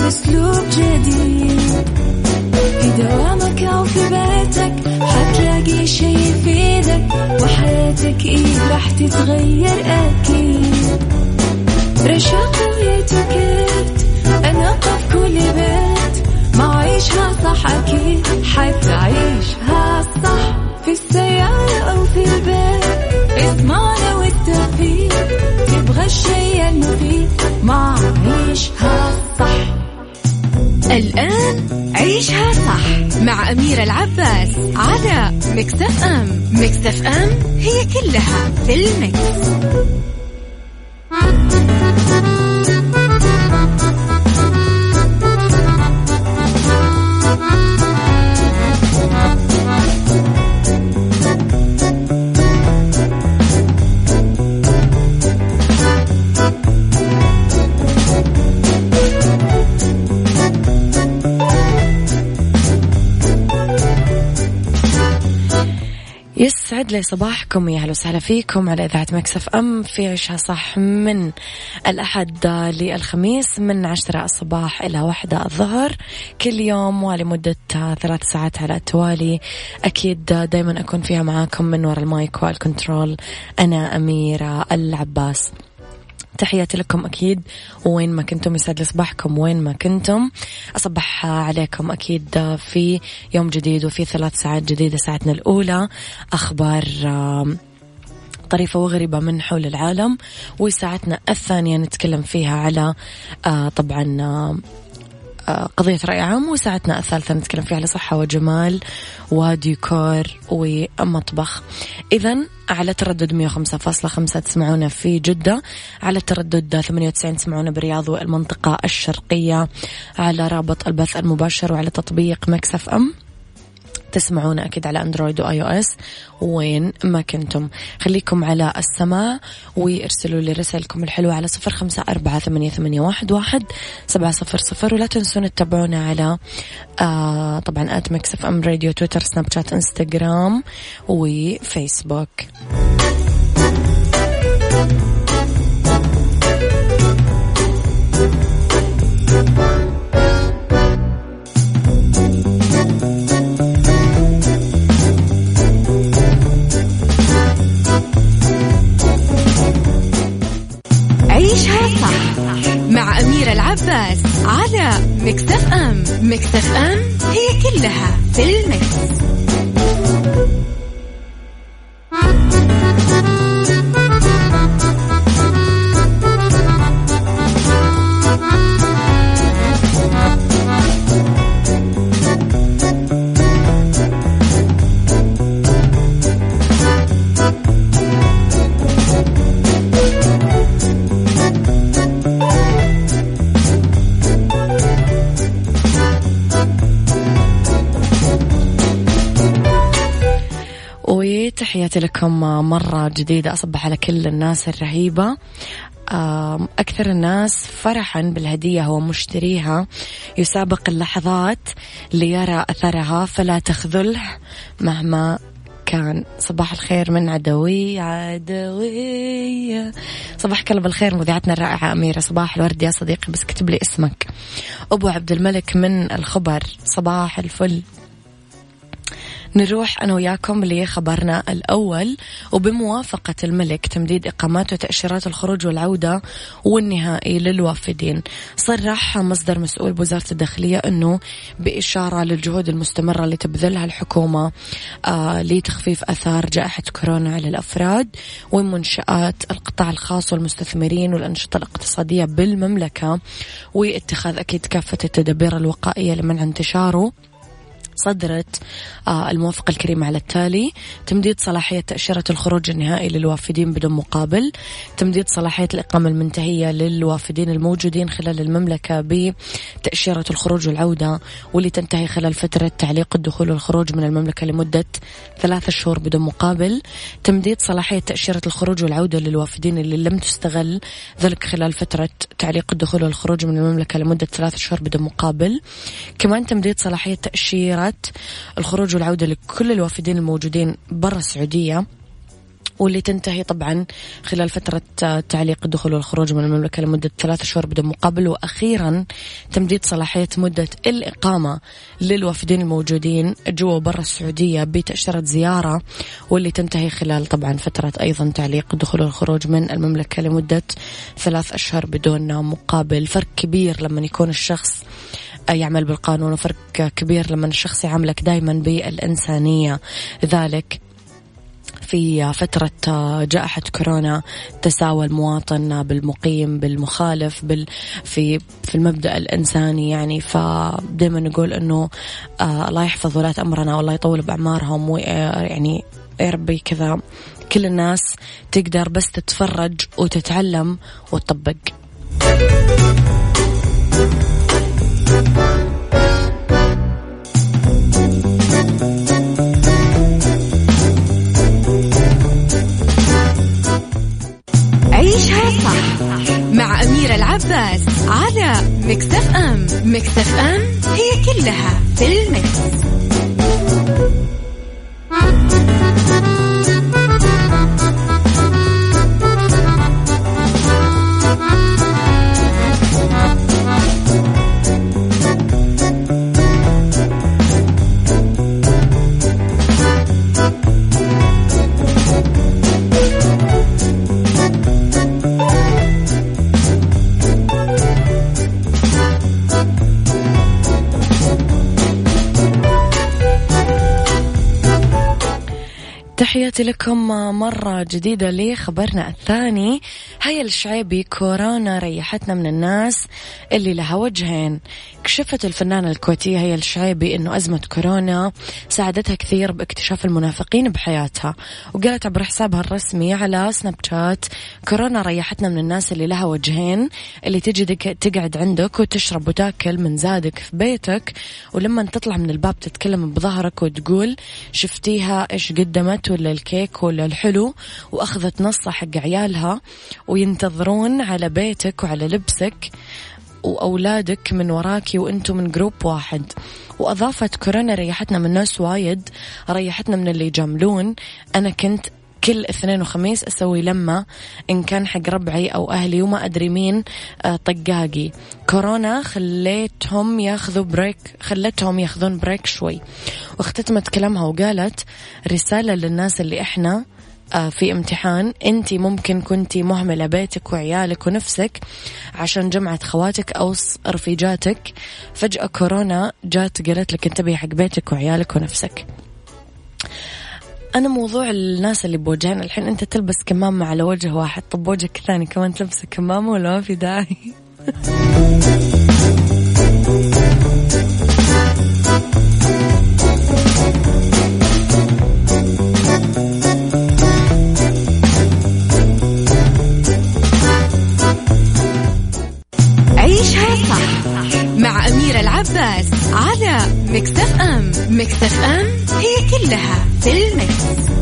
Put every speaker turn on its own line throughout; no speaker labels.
بأسلوب جديد. في دوامك أو في بيتك حتلاقي شي يفيدك، وحياتك إيه راح تتغير أكيد. رشاق ويتوكيت أنا قف كل بيت، ما عيشها صح أكيد حتعيشها صح. في السيارة أو في البيت اسمعنا والتوفيق، تبغى الشيء المفيد ما عيشها صح.
الآن عيشها صح مع أميرة العباس على ميكس اف ام. ميكس اف ام هي كلها في الميكس.
يسعد لي صباحكم، يا أهلا وسهلا فيكم على إذاعة ميكس اف ام في عيشها صح من الأحد للخميس من 10 الصباح إلى 1 الظهر كل يوم، ولمدة 3 ساعات على التوالي. أكيد دايما أكون فيها معاكم من وراء المايك والكنترول، أنا أميرة العباس. تحياتي لكم أكيد وين ما كنتم، يسعد لي صباحكم وين ما كنتم. أصبح عليكم أكيد في يوم جديد وفي 3 ساعات جديدة. ساعتنا الأولى أخبار طريفة وغريبة من حول العالم، وساعتنا الثانية نتكلم فيها على طبعا قضية رأي عام، وساعتنا الثالثة نتكلم فيها على صحة وجمال وديكور ومطبخ. إذن على تردد 105.5 تسمعونا في جدة، على تردد 98 تسمعونا بالرياض والمنطقة الشرقية، على رابط البث المباشر وعلى تطبيق ميكس اف ام تسمعونا أكيد على أندرويد وآي أو إس وين ما كنتم. خليكم على السماع وارسلوا لي رسالكم الحلوة على 0548811700، ولا تنسون تتابعونا على طبعا @ميكس اف ام راديو، تويتر، سناب شات، انستغرام وفيسبوك.
عيشها صح مع أميرة العباس على ميكس اف ام. ميكس اف ام هي كلها في الميكس.
تحياتي لكم مرة جديدة. أصبح على كل الناس الرهيبة. أكثر الناس فرحا بالهدية هو مشتريها، يسابق اللحظات ليرى أثرها فلا تخذله مهما كان. صباح الخير من عدوية. صباح كلب الخير مذيعتنا الرائعة أميرة. صباح الورد يا صديقي، بس كتب لي اسمك. أبو عبد الملك من الخبر، صباح الفل. نروح أنا وياكم لخبرنا الأول. وبموافقة الملك تمديد إقامات وتأشيرات الخروج والعودة والنهائي للوافدين. صرح مصدر مسؤول بوزارة الداخلية أنه بإشارة للجهود المستمرة اللي تبذلها الحكومة لتخفيف أثار جائحة كورونا على الأفراد ومنشآت القطاع الخاص والمستثمرين والأنشطة الاقتصادية بالمملكة، واتخاذ أكيد كافة التدابير الوقائية لمنع انتشاره، صدرت الموافقة الكريمة على التالي: تمديد صلاحية تأشيرة الخروج النهائي للوافدين بدون مقابل، تمديد صلاحية الإقامة المنتهية للوافدين الموجودين خلال المملكة بتأشيرة الخروج والعودة واللي تنتهي خلال فترة تعليق الدخول والخروج من المملكة لمدة 3 شهور بدون مقابل، تمديد صلاحية تأشيرة الخروج والعودة للوافدين اللي لم تستغل ذلك خلال فترة تعليق الدخول والخروج من المملكة لمدة 3 شهور بدون مقابل، كمان تمديد صلاحية تأشيرة الخروج والعودة لكل الوافدين الموجودين برا السعودية واللي تنتهي طبعا خلال فترة تعليق الدخول والخروج من المملكة لمدة 3 شهور بدون مقابل. وأخيرا تمديد صلاحية مدة الإقامة للوافدين الموجودين جوا وبرا السعودية بتأشيرة زيارة، واللي تنتهي خلال طبعا فترة أيضا تعليق الدخول والخروج من المملكة لمدة 3 أشهر بدون مقابل. فرق كبير لما يكون الشخص يعمل بالقانون، وفرق كبير لما الشخص يعاملك دايما بالإنسانية. لذلك في فترة جائحة كورونا تساوى المواطن بالمقيم بالمخالف في المبدأ الإنساني يعني. فدائما نقول إنه الله يحفظ ولاة أمرنا والله يطول بأعمارهم، ويعني يا ربي كذا كل الناس تقدر بس تتفرج وتتعلم وتطبق.
عيشها صح مع أميرة العباس على ميكس اف ام. ميكس اف ام هي كلها في الميكس.
تحياتي لكم مرة جديدة لخبرنا الثاني. هيا الشعيبي، كورونا ريحتنا من الناس اللي لها وجهين. كشفت الفنانة الكويتية هيا الشعيبي إنه أزمة كورونا ساعدتها كثير باكتشاف المنافقين بحياتها، وقالت عبر حسابها الرسمي على سناب شات: كورونا ريحتنا من الناس اللي لها وجهين، اللي تجي تقعد عندك وتشرب وتاكل من زادك في بيتك، ولما تطلع من الباب تتكلم بظهرك وتقول شفتيها إيش قدمت ولا الكيك ولا الحلو، وأخذت نصة حق عيالها وينتظرون على بيتك وعلى لبسك وأولادك من وراكي وأنتم من جروب واحد. وأضافت: كورونا ريحتنا من ناس وايد، ريحتنا من اللي يجاملون. أنا كنت كل اثنين وخميس أسوي لما إن كان حق ربعي أو أهلي وما أدري مين طقاقي. كورونا خلتهم ياخذون بريك شوي. واختتمت كلامها وقالت: رسالة للناس اللي إحنا في امتحان، انتي ممكن كنتي مهملة بيتك وعيالك ونفسك عشان جمعت خواتك أو رفيجاتك، فجأة كورونا جات قالت لك انتبهي حق بيتك وعيالك ونفسك. أنا موضوع الناس اللي بوجهين، الحين أنت تلبس كمامة على وجه واحد، طب وجهك ثاني كمان تلبس كمامة ولا ما في داعي؟
عيشها صح مع أميرة العباس على ميكس اف ام. ميكس اف ام هي كلها في الميكس.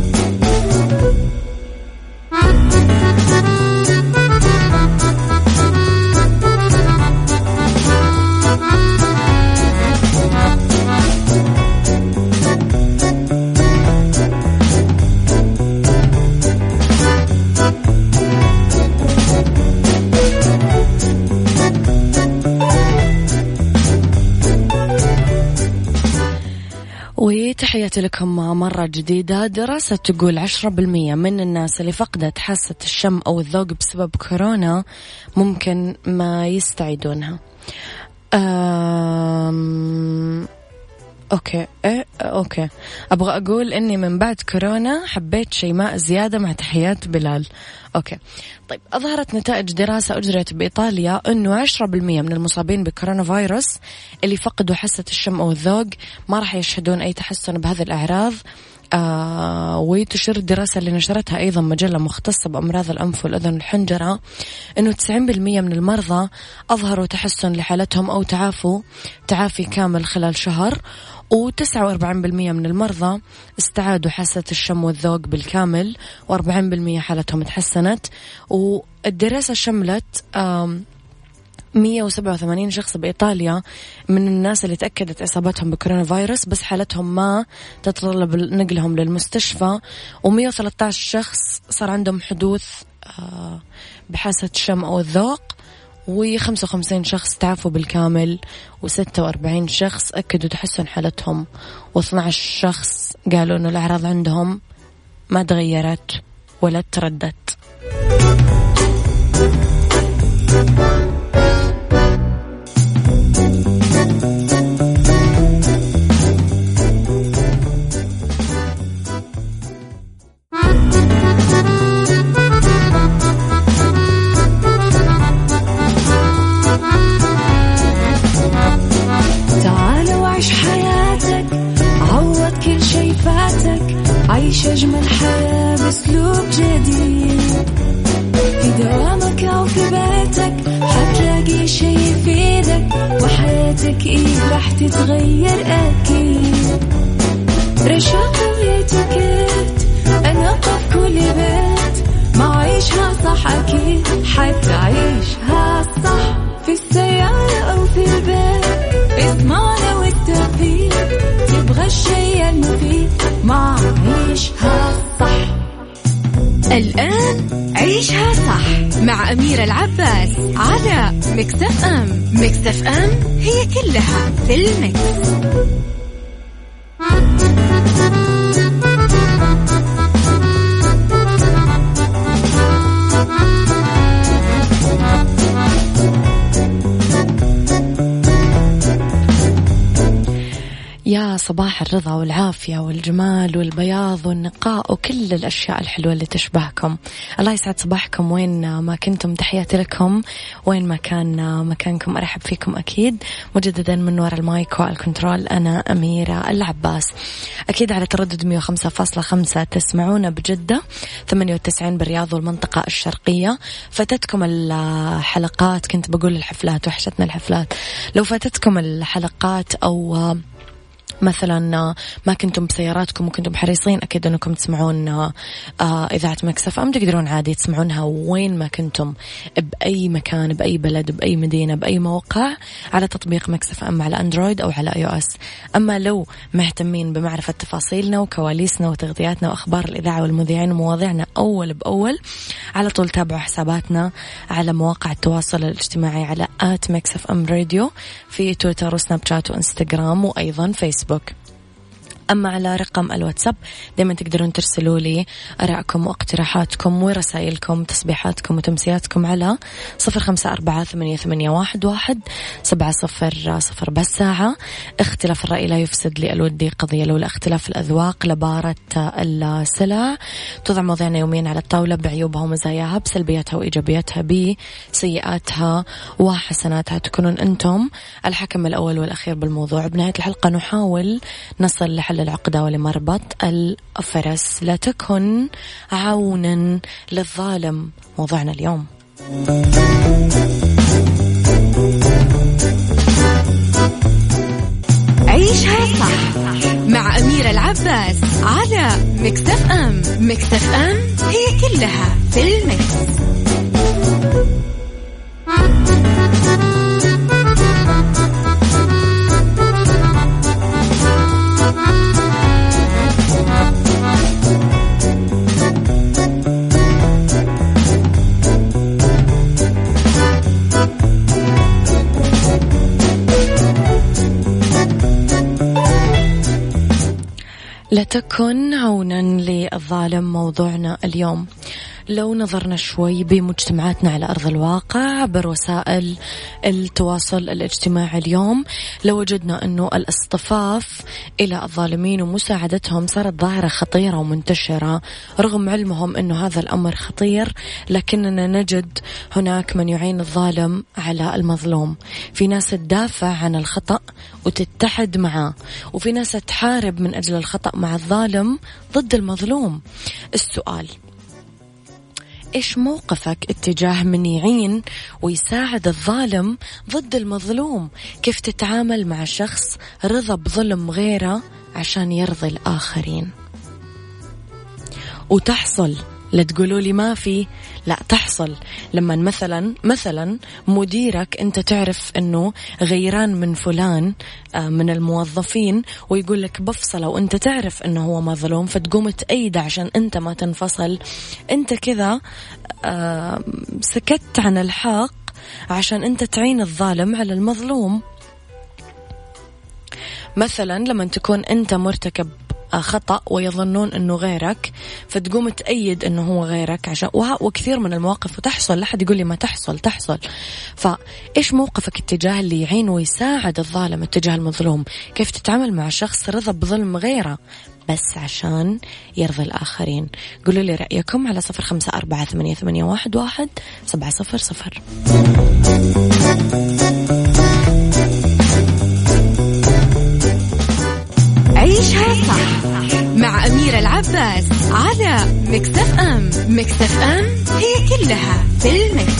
وتحياتي لكم مرة جديدة. دراسة تقول 10% من الناس اللي فقدت حاسة الشم أو الذوق بسبب كورونا ممكن ما يستعيدونها. أوكي أبغى أقول إني من بعد كورونا حبيت شيماء زيادة مع تحيات بلال. أوكي طيب، أظهرت نتائج دراسة أجريت بإيطاليا أنه 10% من المصابين بكورونا فيروس اللي فقدوا حاسة الشم أو الذوق ما راح يشهدون أي تحسن بهذه الأعراض. وتشير الدراسة اللي نشرتها أيضا مجلة مختصة بأمراض الأنف والأذن والحنجرة أنه 90% من المرضى أظهروا تحسن لحالتهم أو تعافي كامل خلال شهر، و49% من المرضى استعادوا حاسة الشم والذوق بالكامل، و40% حالتهم تحسنت. والدراسة شملت 187 شخص بإيطاليا من الناس اللي تأكدت إصابتهم بكورونا فيروس بس حالتهم ما تتطلب نقلهم للمستشفى، و113 شخص صار عندهم حدوث بحاسة الشم أو الذوق، و55 شخص تعافوا بالكامل، و46 شخص أكدوا تحسن حالتهم، و12 شخص قالوا أنه الأعراض عندهم ما تغيرت ولا تردت.
عيش أجمل حياة بأسلوب جديد، في دوامك أو في بيتك حتلاقي شي يفيدك، وحياتك إيه راح تتغير أكيد. رشاق ويتوكيت أنا قف كل بيت، ما عيشها صح أكيد حتعيشها صح، في السيارة أو في البيت اسمعنا والتوفيق، تبغى الشي المفيد ما عيشها صح.
الآن عيشها صح مع أميرة العباس على ميكس اف ام. ميكس اف ام هي كلها في الميكس.
يا صباح الرضا والعافية والجمال والبياض والنقاء وكل الأشياء الحلوة اللي تشبهكم. الله يسعد صباحكم وين ما كنتم، تحياتي لكم وين ما كان مكانكم. أرحب فيكم أكيد مجددا من وراء المايك والكنترول، أنا أميرة العباس. أكيد على تردد 105.5 تسمعونا بجدة، 98 بالرياض والمنطقة الشرقية. فاتتكم الحلقات، كنت بقول الحفلات وحشتنا الحفلات. لو فاتتكم الحلقات أو مثلا ما كنتم بسياراتكم وكنتم حريصين أكيد أنكم تسمعون إذاعة ميكس اف ام، تقدرون عادي تسمعونها وين ما كنتم، بأي مكان، بأي بلد، بأي مدينة، بأي موقع، على تطبيق ميكس اف ام على أندرويد أو على اي او اس. أما لو مهتمين بمعرفة تفاصيلنا وكواليسنا وتغطياتنا وأخبار الإذاعة والمذيعين ومواضيعنا أول بأول، على طول تابعوا حساباتنا على مواقع التواصل الاجتماعي على @mixfmradio في تويتر وسناب شات وإنستغرام وأيضا فيسبوك. أما على رقم الواتساب دايما تقدرون ترسلوا لي آراءكم واقتراحاتكم ورسائلكم تصبيحاتكم وتمسياتكم على 0548811700. بالساعة اختلاف الرأي لا يفسد لي الودي قضية، لولا اختلاف الأذواق لبارة السلع. توضع مواضيعنا يوميا على الطاولة بعيوبها ومزاياها، بسلبياتها وإيجابياتها، بسيئاتها وحسناتها. تكونون أنتم الحكم الأول والأخير بالموضوع. بنهاية الحلقة نحاول نصل لحل العقدة ولمربط الفرس. لا تكن عونا للظالم موضوعنا اليوم.
عيشها صح مع أميرة العباس على ميكس اف ام. ميكس اف ام هي كلها في الميكس.
لا تكن عونا للظالم موضوعنا اليوم. لو نظرنا شوي بمجتمعاتنا على أرض الواقع عبر وسائل التواصل الاجتماعي اليوم، لوجدنا أنه الاصطفاف إلى الظالمين ومساعدتهم صارت ظاهرة خطيرة ومنتشرة. رغم علمهم أنه هذا الأمر خطير، لكننا نجد هناك من يعين الظالم على المظلوم. في ناس تدافع عن الخطأ وتتحد معه، وفي ناس تحارب من أجل الخطأ مع الظالم ضد المظلوم. السؤال: إيش موقفك اتجاه من يعين ويساعد الظالم ضد المظلوم؟ كيف تتعامل مع شخص رضى بظلم غيره عشان يرضي الآخرين؟ وتحصل لا تقولوا لي ما في، لا تحصل. لما مثلا مديرك أنت تعرف أنه غيران من فلان من الموظفين ويقول لك بفصله، وأنت تعرف أنه هو مظلوم، فتقوم تأيده عشان أنت ما تنفصل. أنت كذا سكت عن الحق عشان أنت تعين الظالم على المظلوم. مثلا لما تكون أنت مرتكب خطأ ويظنون أنه غيرك، فتقوم تأيد أنه هو غيرك عشان وكثير من المواقف وتحصل. لا حد يقول لي ما تحصل. فإيش موقفك اتجاه اللي يعين ويساعد الظالم اتجاه المظلوم؟ كيف تتعامل مع شخص رضى بظلم غيره بس عشان يرضي الآخرين؟ قولوا لي رأيكم على 0548811700.
عيشها صح مع أميرة العباس على ميكس اف ام. ميكس اف ام هي كلها في الميكس.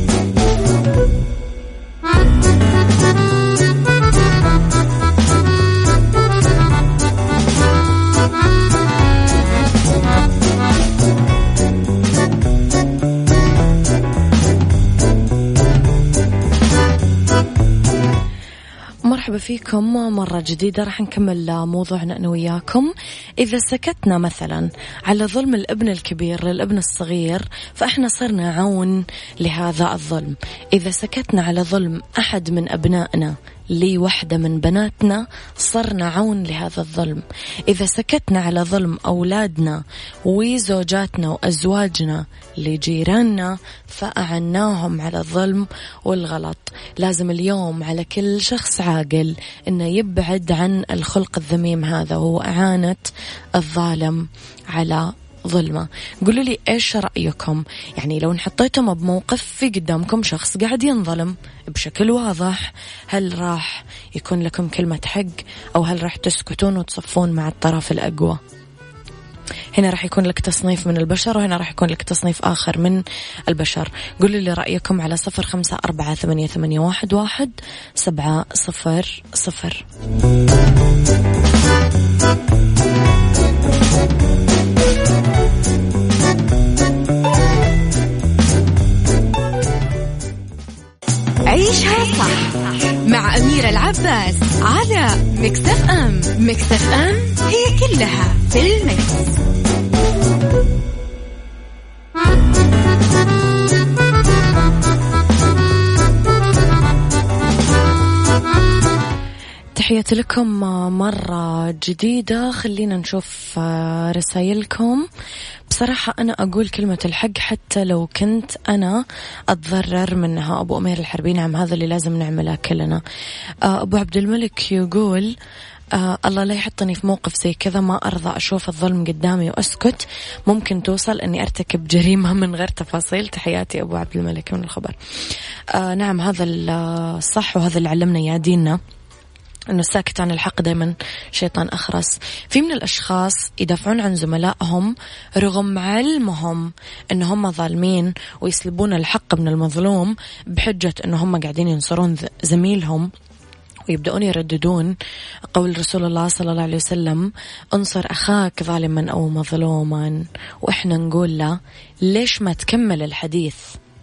مرحبا فيكم مرة جديدة. راح نكمل موضوعنا أنا وياكم. إذا سكتنا مثلا على ظلم الابن الكبير للابن الصغير فإحنا صرنا عون لهذا الظلم. إذا سكتنا على ظلم أحد من أبنائنا لوحدة من بناتنا صرنا عون لهذا الظلم. إذا سكتنا على ظلم أولادنا وزوجاتنا وأزواجنا لجيراننا فأعناهم على الظلم والغلط. لازم اليوم على كل شخص عاقل إنه يبعد عن الخلق الذميم هذا، وهو إعانة الظالم على ظلمة. قولوا لي إيش رأيكم؟ يعني لو نحطيتم بموقف في قدامكم شخص قاعد ينظلم بشكل واضح، هل راح يكون لكم كلمة حق أو هل راح تسكتون وتصفون مع الطرف الأقوى؟ هنا راح يكون لك تصنيف من البشر وهنا راح يكون لك تصنيف آخر من البشر. قولوا لي رأيكم على 0548811700.
عيشها صح مع أميرة العباس على ميكس اف ام. ميكس اف ام هي كلها في الميكس.
تحياتي لكم مرة جديدة. خلينا نشوف رسائلكم. بصراحة أنا أقول كلمة الحق حتى لو كنت أنا أتضرر منها. أبو أمير الحربي، نعم هذا اللي لازم نعمله كلنا. أبو عبد الملك يقول الله لا يحطني في موقف زي كذا، ما أرضى أشوف الظلم قدامي وأسكت، ممكن توصل أني أرتكب جريمة من غير تفاصيل. تحياتي أبو عبد الملك من الخبر. نعم هذا الصح وهذا اللي علمنا يا ديننا، أنه الساكت عن الحق دايما شيطان أخرس. في من الأشخاص يدافعون عن زملائهم رغم علمهم أنه هم ظالمين ويسلبون الحق من المظلوم بحجة أنه هم قاعدين ينصرون زميلهم، ويبدأون يرددون قول رسول الله صلى الله عليه وسلم انصر أخاك ظالما أو مظلوما. وإحنا نقول له ليش ما تكمل الحديث؟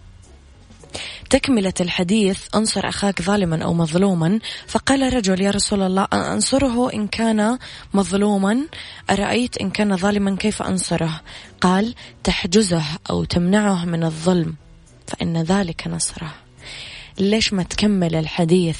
تكملة الحديث انصر أخاك ظالما أو مظلوما. فقال رجل يا رسول الله أنصره إن كان مظلوما، أرأيت إن كان ظالما كيف أنصره؟ قال تحجزه أو تمنعه من الظلم فإن ذلك نصره. ليش ما تكمل الحديث؟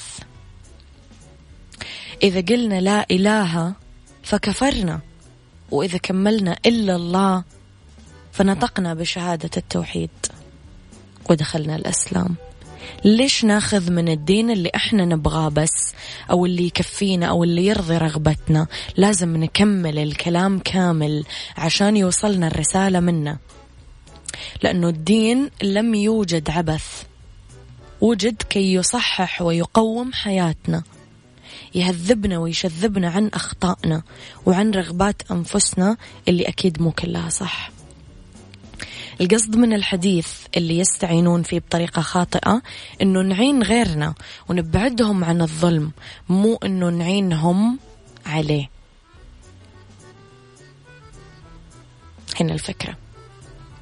إذا قلنا لا إله فكفرنا، وإذا كملنا إلا الله فنطقنا بشهادة التوحيد ودخلنا الإسلام. ليش ناخذ من الدين اللي احنا نبغاه بس أو اللي يكفينا أو اللي يرضي رغبتنا؟ لازم نكمل الكلام كامل عشان يوصلنا الرسالة منا، لأنه الدين لم يوجد عبث، وجد كي يصحح ويقوم حياتنا، يهذبنا ويشذبنا عن أخطائنا وعن رغبات أنفسنا اللي أكيد مو كلها صح. القصد من الحديث اللي يستعينون فيه بطريقة خاطئة إنه نعين غيرنا ونبعدهم عن الظلم، مو إنه نعينهم عليه. هنا الفكرة.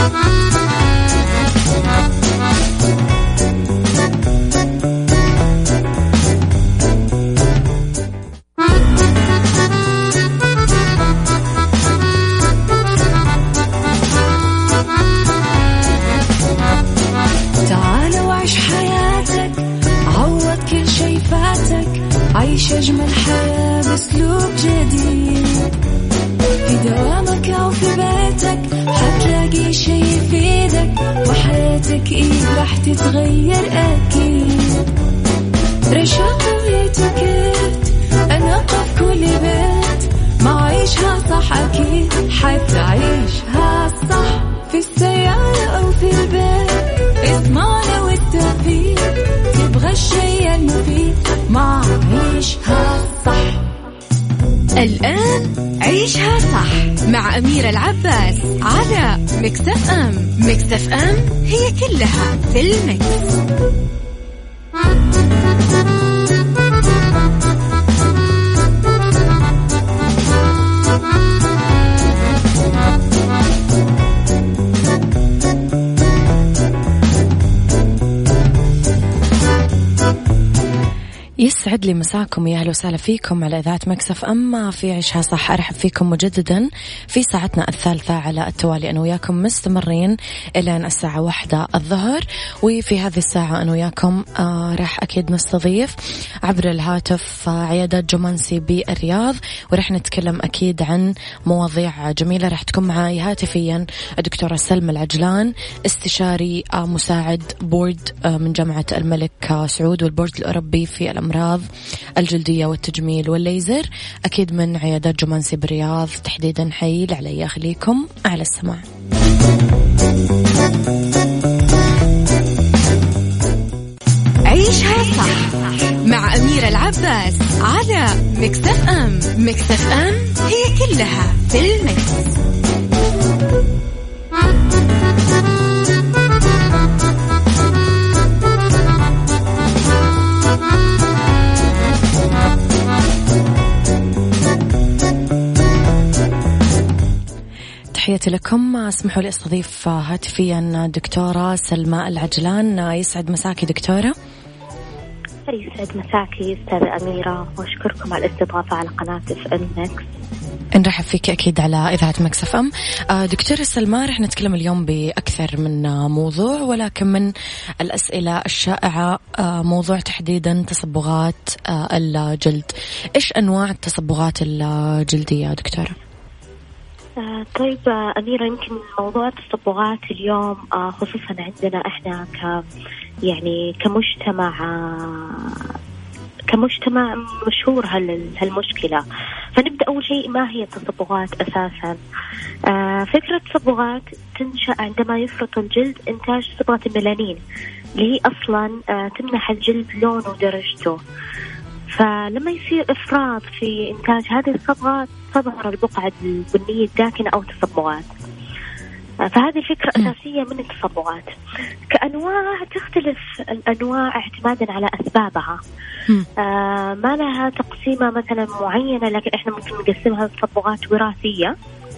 عيش أجمل حياة بأسلوب جديد في دوامك أو في بيتك حتلاقي شي يفيدك وحياتك راح تتغير أكيد. رشاق ويتوكيت أنا في كل بيت ما عيشها صح أكيد حتعيشها صح في السيارة أو في البيت اسمعنا والتوفيق تبغى الشيء المفيد ما عيشها صح.
الآن عيشها صح مع أميرة العباس على ميكس اف ام. ميكس اف ام هي كلها في الميكس.
يسعد لي مساكم يا أهلا وسهلا فيكم على إذاعة ميكس اف ام في عيشها صح. أرحب فيكم مجددا في ساعتنا الثالثة على التوالي. أنا وياكم مستمرين إلى الساعة 1 الظهر، وفي هذه الساعة أنا وياكم راح أكيد نستضيف عبر الهاتف عيادات جومانسي بالرياض، ورح نتكلم أكيد عن مواضيع جميلة. راح تكون معي هاتفيا الدكتورة سلمى العجلان، استشاري مساعد بورد من جامعة الملك سعود والبورد الأوروبي في الأمراض الجلدية والتجميل والليزر، أكيد من عيادات جومانسي بالرياض تحديدا. حي العليا، خليكم على السماع.
عيشها صح مع أميرة العباس على ميكس اف ام. ميكس اف ام هي كلها في الميكس.
تحياتي لكم. اسمحوا لي استضيف هاتفيا دكتورة سلمى العجلان. يسعد مساكي دكتورة.
يسعد مساكي أستاذة أميرة، وأشكركم على الاستضافة على قناة اف ام ميكس.
نرحب فيك أكيد على إذاعة ميكس اف ام. دكتورة سلمى، رح نتكلم اليوم بأكثر من موضوع، ولكن من الأسئلة الشائعة موضوع تحديدا تصبغات الجلد. إيش أنواع التصبغات الجلدية دكتورة؟
طيب أميرة، يمكن موضوع التصبغات اليوم خصوصا عندنا إحنا كمجتمع مشهور هالمشكلة. فنبدأ أول شيء، ما هي التصبغات أساسا؟ فكرة التصبغات تنشأ عندما يفرط الجلد إنتاج صبغة الميلانين اللي هي أصلا تمنح الجلد لونه ودرجته. فلما يصير إفراط في إنتاج هذه الصبغات تظهر البقعة البنية الداكنة أو تصبغات. فهذه الفكرة أساسية من التصبغات. كأنواع تختلف الأنواع اعتمادا على أسبابها. ما لها تقسيمة مثلا معينة، لكن إحنا ممكن نقسمها تصبغات وراثية،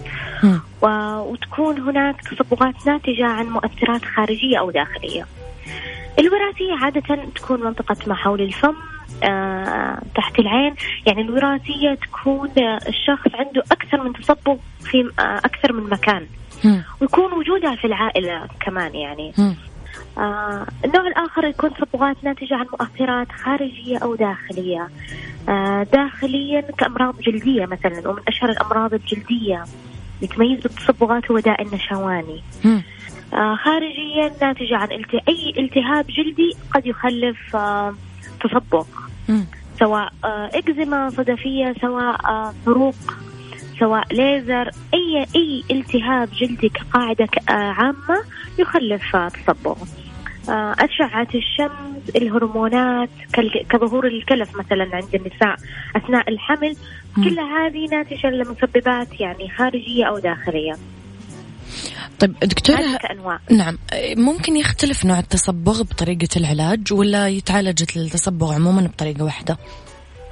وتكون هناك تصبغات ناتجة عن مؤثرات خارجية أو داخلية. الوراثية عادة تكون منطقة ما حول الفم تحت العين. يعني الوراثية تكون الشخص عنده أكثر من تصبغ في أكثر من مكان، ويكون وجودها في العائلة كمان. يعني النوع الآخر يكون تصبغات ناتجة عن مؤثرات خارجية أو داخلية. داخليا كأمراض جلدية مثلا، ومن أشهر الأمراض الجلدية يتميز بالتصبغات هو داء النشواني. خارجيا ناتجة عن أي التهاب جلدي قد يخلف تصبغ، سواء إكزيما صدفية، سواء حروق، سواء ليزر. أي التهاب جلدي كقاعدة عامة يخلف تصبغ. أشعة الشمس، الهرمونات كظهور الكلف مثلا عند النساء أثناء الحمل، كل هذه ناتجة لمسببات يعني خارجية أو داخلية.
طيب دكتورة،
نعم،
ممكن يختلف نوع التصبغ بطريقة العلاج، ولا يتعالج التصبغ عموما بطريقة واحدة؟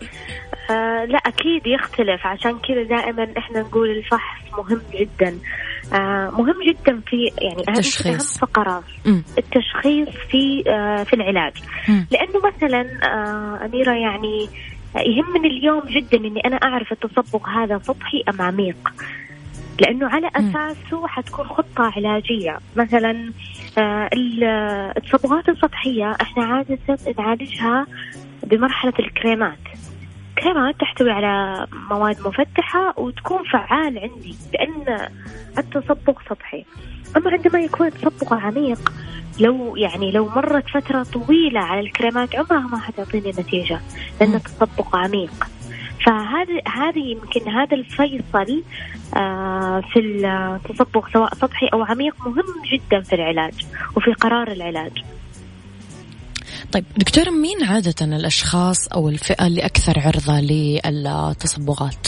لا أكيد يختلف. عشان كذا دائما إحنا نقول الفحص مهم جدا. مهم جدا في يعني أهم فقرات التشخيص في العلاج. لأنه مثلا أميرة يعني يهمني اليوم جدا إني أنا أعرف التصبغ هذا سطحي أم عميق، لأنه على أساسه حتكون خطة علاجية. مثلا التصبغات السطحية احنا عادة نعالجها بمرحلة الكريمات. كريمات تحتوي على مواد مفتحة وتكون فعال عندي لأن التصبغ سطحي. أما عندما يكون التصبغ عميق، لو مرت فترة طويلة على الكريمات عمرها ما حتعطيني نتيجة لأن التصبغ عميق. فهذه يمكن هذا الفيصل في التصبغ سواء سطحي أو عميق مهم جدا في العلاج وفي قرار العلاج.
طيب دكتورة، مين عادة الأشخاص أو الفئة اللي أكثر عرضة للتصبغات؟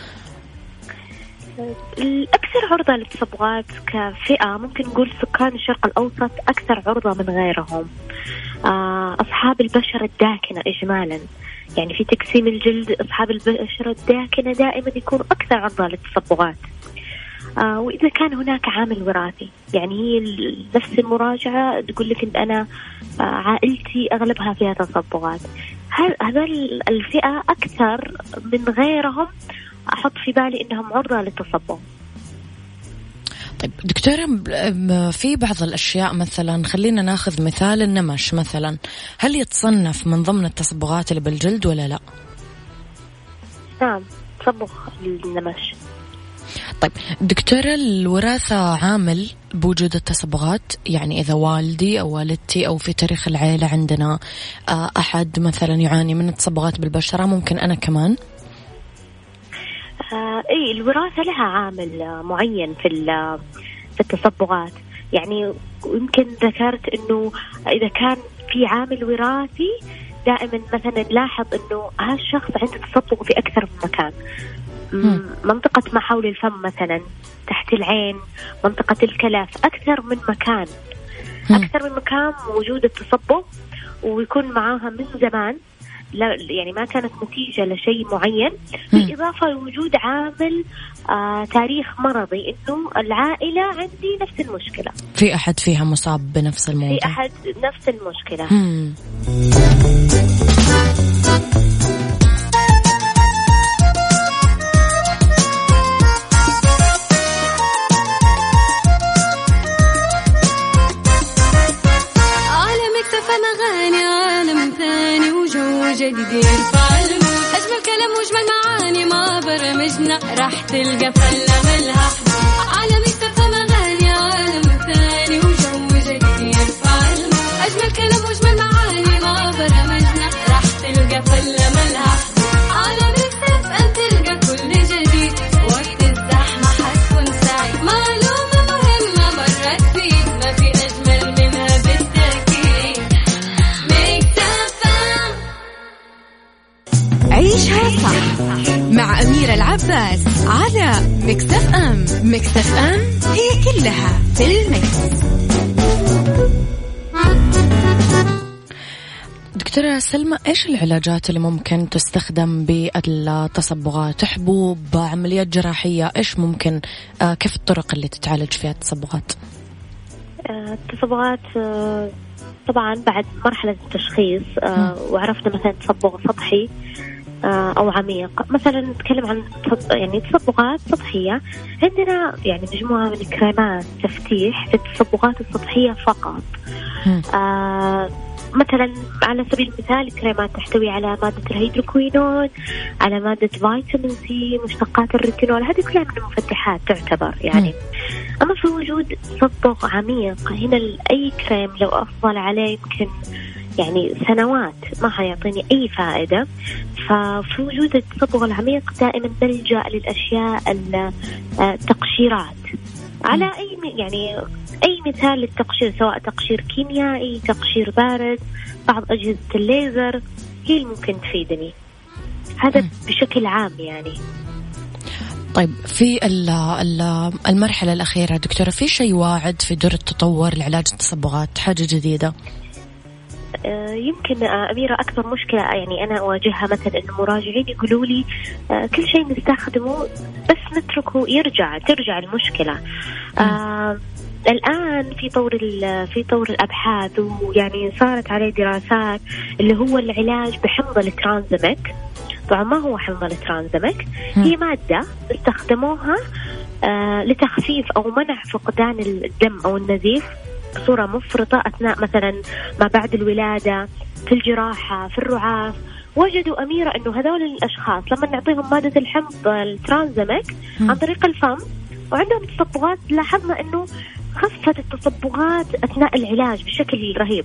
الأكثر عرضة للتصبغات كفئة ممكن نقول سكان الشرق الأوسط أكثر عرضة من غيرهم. أصحاب البشرة الداكنة إجمالا، يعني في تكسيم الجلد أصحاب البشرة الداكنة دائما يكون أكثر عرضة للتصبغات. وإذا كان هناك عامل وراثي، يعني هي نفس المراجعة تقول لك إن أنا عائلتي أغلبها فيها تصبغات، هذا الفئة أكثر من غيرهم أحط في بالي إنهم عرضة للتصبغ.
طيب دكتورة، في بعض الأشياء مثلا خلينا ناخذ مثال النمش مثلا، هل يتصنف من ضمن التصبغات اللي بالجلد ولا لا؟
نعم، تصبغ النمش.
طيب دكتورة، الوراثة عامل بوجود التصبغات؟ يعني إذا والدي أو والدتي أو في تاريخ العائلة عندنا أحد مثلا يعاني من التصبغات بالبشرة، ممكن أنا كمان؟
إيه، الوراثة لها عامل معين في التصبغات. يعني يمكن ذكرت إنه إذا كان في عامل وراثي دائما مثلا نلاحظ إنه هذا الشخص عنده تصبغ في أكثر من مكان. منطقة ما حول الفم مثلا، تحت العين، منطقة الكلف، أكثر من مكان موجود التصبغ، ويكون معاها من زمان، لا يعني ما كانت نتيجة لشيء معين، بالإضافة لوجود عامل تاريخ مرضي، إنه العائلة عندي نفس المشكلة،
في أحد فيها مصاب بنفس الموضوع،
في أحد نفس المشكلة.
جديد يرفع المود، أجمل كلام وأجمل معاني ما برمجنا راح تلقى فلة ملها عالم يكتفى مغاني عالم ثاني وجو جديد يرفع المود، أجمل كلام وأجمل معاني ما برمجنا راح تلقى فلة ملها عالم يكتفى أن تلقى كل جديد وقت الزحمة حتكون سعيد، معلومة مهمة مرت فيك ما في أجمل منها بالتأكيد.
عيشها صح مع أميرة العباس على ميكس اف ام. ميكس اف ام هي كلها في الميكس.
دكتورة سلمى، إيش العلاجات اللي ممكن تستخدم بالتصبغات؟ حبوب، عمليات جراحية، إيش ممكن كيف الطرق اللي تتعالج فيها التصبغات؟
التصبغات طبعا بعد مرحلة التشخيص وعرفنا مثلا تصبغ سطحي أو عميق. مثلا نتكلم عن يعني تصبغات سطحية، عندنا يعني مجموعة من الكريمات تفتيح في التصبغات السطحية فقط. مثلا على سبيل المثال كريمات تحتوي على مادة الهيدروكوينون، على مادة فيتامين سي، مشتقات الريتينول، هذه كلها من المفتحات تعتبر يعني. أما في وجود تصبغ عميق، هنا أي كريم لو أفضل عليه يمكن يعني سنوات ما حيعطيني أي فائدة. ففي وجود التصبغ العميق دائما نلجأ للأشياء التقشيرات، على أي مثال للتقشير، سواء تقشير كيميائي، تقشير بارد، بعض أجهزة الليزر هي اللي ممكن تفيدني. هذا بشكل عام يعني.
طيب في المرحلة الأخيرة دكتورة، في شيء واعد في دور التطور لعلاج التصبغات، حاجة جديدة؟
يمكن أميرة أكثر مشكلة يعني أنا أواجهها مثلا إنه مراجعين يقولوا لي كل شيء نستخدمه بس نتركه ترجع المشكلة. الآن في طور الأبحاث ويعني صارت عليه دراسات اللي هو العلاج بحمض الترانزميك. طبعا ما هو حمض الترانزميك؟ هي مادة استخدموها لتخفيف أو منع فقدان الدم أو النزيف بصورة مفرطة أثناء مثلا ما بعد الولادة، في الجراحة، في الرعاف. وجدوا أميرة أنه هذول الأشخاص لما نعطيهم مادة الحمض الترانزميك عن طريق الفم وعندهم تصبغات، لاحظنا أنه خفت التصبغات أثناء العلاج بشكل رهيب.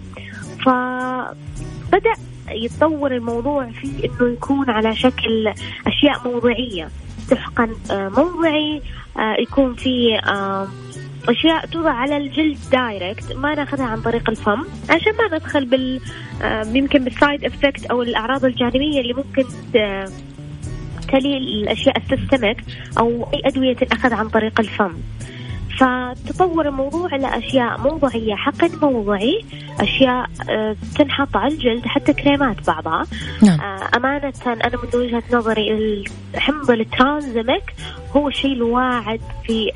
فبدأ يتطور الموضوع في أنه يكون على شكل أشياء موضعية، تحقن موضعي، يكون في أشياء توضع على الجلد دايركت، ما ناخذها عن طريق الفم عشان ما ندخل يمكن بالسايد افكت أو الأعراض الجانبية اللي ممكن تلي الأشياء السيستميك أو أي أدوية تأخذ عن طريق الفم. فتطور الموضوع إلى أشياء موضعية، حقن موضعي، أشياء تنحط على الجلد، حتى كريمات بعضها. أمانة أنا من وجهة نظري حمض الترانزميك هو الشيء الواعد في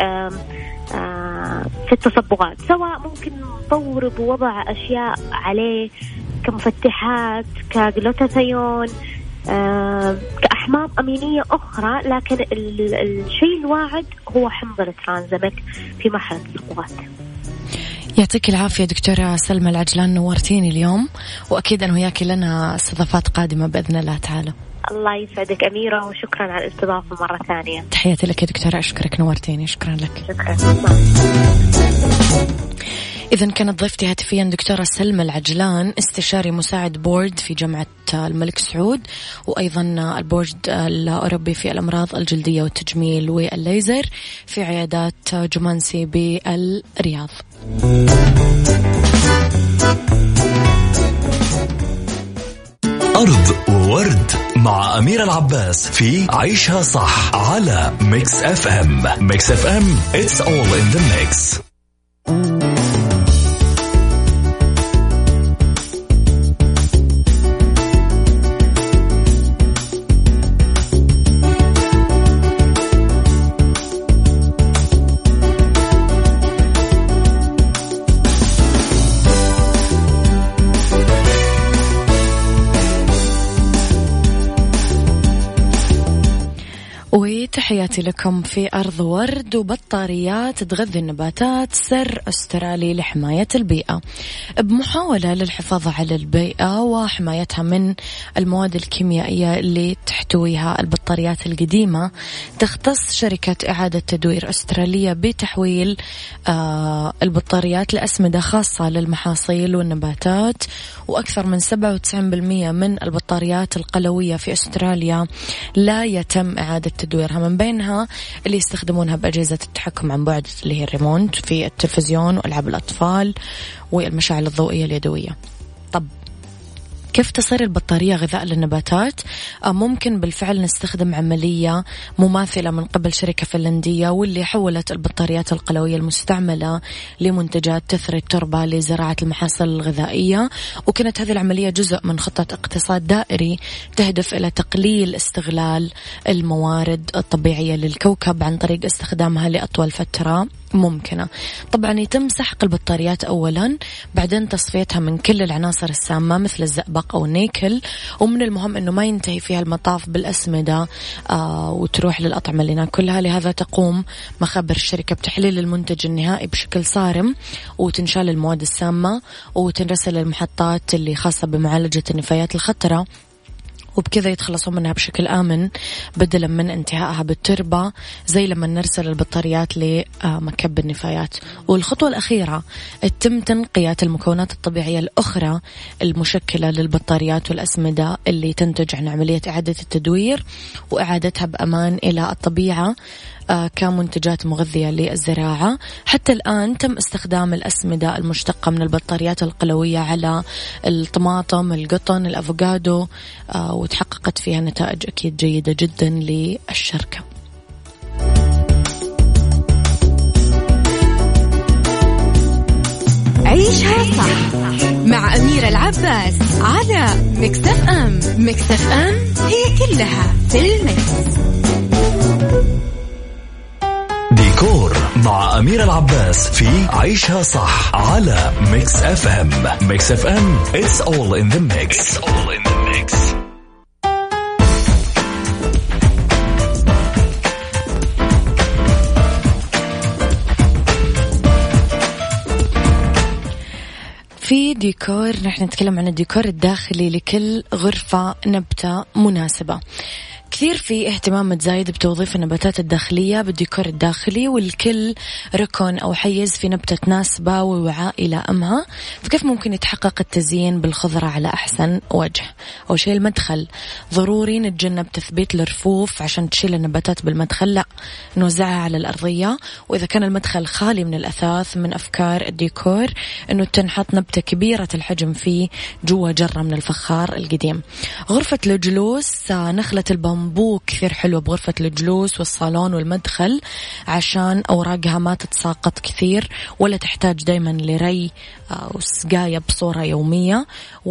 التصبغات، سواء ممكن نطور بوضع أشياء عليه كمفتحات، كجلوتاثيون، كأحماض أمينية أخرى، لكن الشيء الواعد هو حمض الترانزميك في مرحلة التصبغات.
يعطيك العافية دكتورة سلمى العجلان، نورتيني اليوم، وأكيد أنه وياكي لنا استضافات قادمة بإذن الله تعالى.
الله يسعدك أميرة، وشكرا على الاستضافة مرة ثانية.
تحياتي لك يا دكتورة، أشكرك، نورتيني، شكرا لك.
شكرا.
إذن كانت ضيفتي هاتفيا دكتورة سلمى العجلان، استشاري مساعد بورد في جامعة الملك سعود، وأيضا البورد الأوروبي في الأمراض الجلدية والتجميل والليزر في عيادات جمانسي بالرياض.
أرض وورد مع أميرة العباس في عيشها صح على ميكس اف ام. ميكس اف ام it's all in the mix.
تحياتي لكم في أرض ورد. وبطاريات تغذي النباتات سر أسترالي لحماية البيئة بمحاولة للحفاظ على البيئة وحمايتها من المواد الكيميائية اللي تحتويها البطاريات القديمة. تختص شركة إعادة تدوير أسترالية بتحويل البطاريات لأسمدة خاصة للمحاصيل والنباتات، وأكثر من 97% من البطاريات القلوية في أستراليا لا يتم إعادة تدويرها، من بينها اللي يستخدمونها بأجهزة التحكم عن بعد اللي هي الريموت في التلفزيون وألعاب الأطفال والمشاعل الضوئية اليدوية. طب كيف تصير البطارية غذاء للنباتات؟ ممكن بالفعل نستخدم عملية مماثلة من قبل شركة فنلندية، واللي حولت البطاريات القلوية المستعملة لمنتجات تثري التربة لزراعة المحاصيل الغذائية. وكانت هذه العملية جزء من خطة اقتصاد دائري تهدف إلى تقليل استغلال الموارد الطبيعية للكوكب عن طريق استخدامها لأطول فترة ممكنة. طبعا يتم سحق البطاريات أولا، بعدين تصفيتها من كل العناصر السامة مثل الزئبق أو النيكل، ومن المهم أنه ما ينتهي فيها المطاف بالأسمدة وتروح للأطعمة اللي ناكلها. لهذا تقوم مخابر الشركة بتحليل المنتج النهائي بشكل صارم، وتنشال المواد السامة وتنرسل للمحطات اللي خاصة بمعالجة النفايات الخطرة، وبكذا يتخلصون منها بشكل آمن بدلا من انتهائها بالتربة زي لما نرسل البطاريات لمكب النفايات. والخطوة الأخيرة تتم تنقية المكونات الطبيعية الأخرى المشكلة للبطاريات والأسمدة اللي تنتج عن عملية إعادة التدوير وإعادتها بأمان إلى الطبيعة كمنتجات مغذية للزراعة. حتى الآن تم استخدام الأسمدة المشتقة من البطاريات القلوية على الطماطم، القطن، الأفوكادو، وتحققت فيها نتائج أكيد جيدة جدا للشركة.
عيشها صح مع أميرة العباس على ميكس اف ام. ميكس اف ام هي كلها في الميكس.
ديكور مع أميرة العباس في عيشها صح على ميكس اف ام. ميكس اف ام it's all in the mix.
في ديكور رح نتكلم عن الديكور الداخلي لكل غرفة نبتة مناسبة. كثير في اهتمام متزايد بتوظيف النباتات الداخلية بالديكور الداخلي، والكل ركن أو حيز في نبتة تناسبه ووعاء يلائمها. فكيف ممكن يتحقق التزيين بالخضرة على أحسن وجه؟ أول شيء المدخل، ضروري نتجنب تثبيت الرفوف عشان تشيل النباتات بالمدخل، لا نوزعها على الأرضية. وإذا كان المدخل خالي من الأثاث، من أفكار الديكور إنه تنحط نبتة كبيرة الحجم فيه جوا جرة من الفخار القديم. غرفة الجلوس، نخلة البامبو كثير حلوة بغرفة الجلوس والصالون والمدخل عشان أوراقها ما تتساقط كثير ولا تحتاج دايما لري وسقاية بصورة يومية.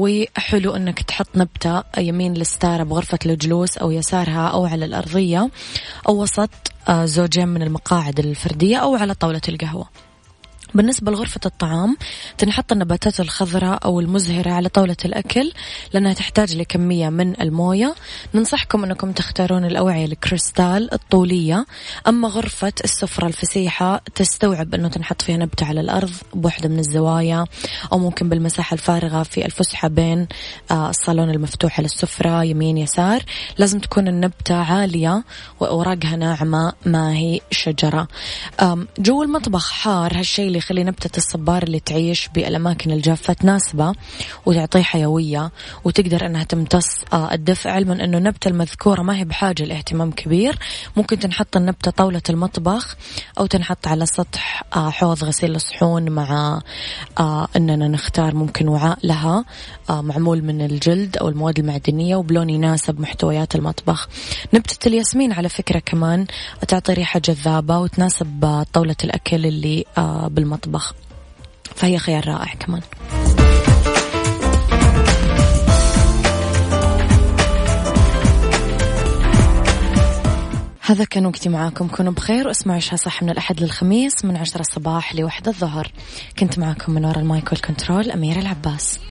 وحلو أنك تحط نبتة يمين الستارة بغرفة الجلوس أو يسارها أو على الأرضية أو وسط زوجين من المقاعد الفردية أو على طاولة القهوة. بالنسبة لغرفة الطعام، تنحط النباتات الخضراء أو المزهرة على طاولة الأكل لأنها تحتاج لكمية من الموية. ننصحكم أنكم تختارون الأوعية الكريستال الطولية. أما غرفة السفرة الفسيحة تستوعب أنه تنحط فيها نبتة على الأرض بوحدة من الزوايا، أو ممكن بالمساحة الفارغة في الفسحة بين الصالون المفتوح للسفرة يمين يسار. لازم تكون النبتة عالية وأوراقها ناعمة، ما هي شجرة. جو المطبخ حار، هالشيء اللي يخلي نبتة الصبار اللي تعيش بالأماكن الجافة تناسبة وتعطيه حيوية وتقدر أنها تمتص الدفء. علما أنه النبتة المذكورة ما هي بحاجة لاهتمام كبير، ممكن تنحط النبتة طاولة المطبخ أو تنحط على سطح حوض غسيل الصحون، مع أننا نختار ممكن وعاء لها معمول من الجلد أو المواد المعدنية وبلون يناسب محتويات المطبخ. نبتة الياسمين على فكرة كمان تعطي ريحة جذابة وتناسب طاولة الأكل اللي بالمطبخ، فهي خيار رائع كمان. هذا كان وقتي معاكم، كونوا بخير واسمعوا عيشها صح من الأحد للخميس من 10 الصباح ل1 الظهر. كنت معاكم من وراء المايك والكنترول أميرة العباس.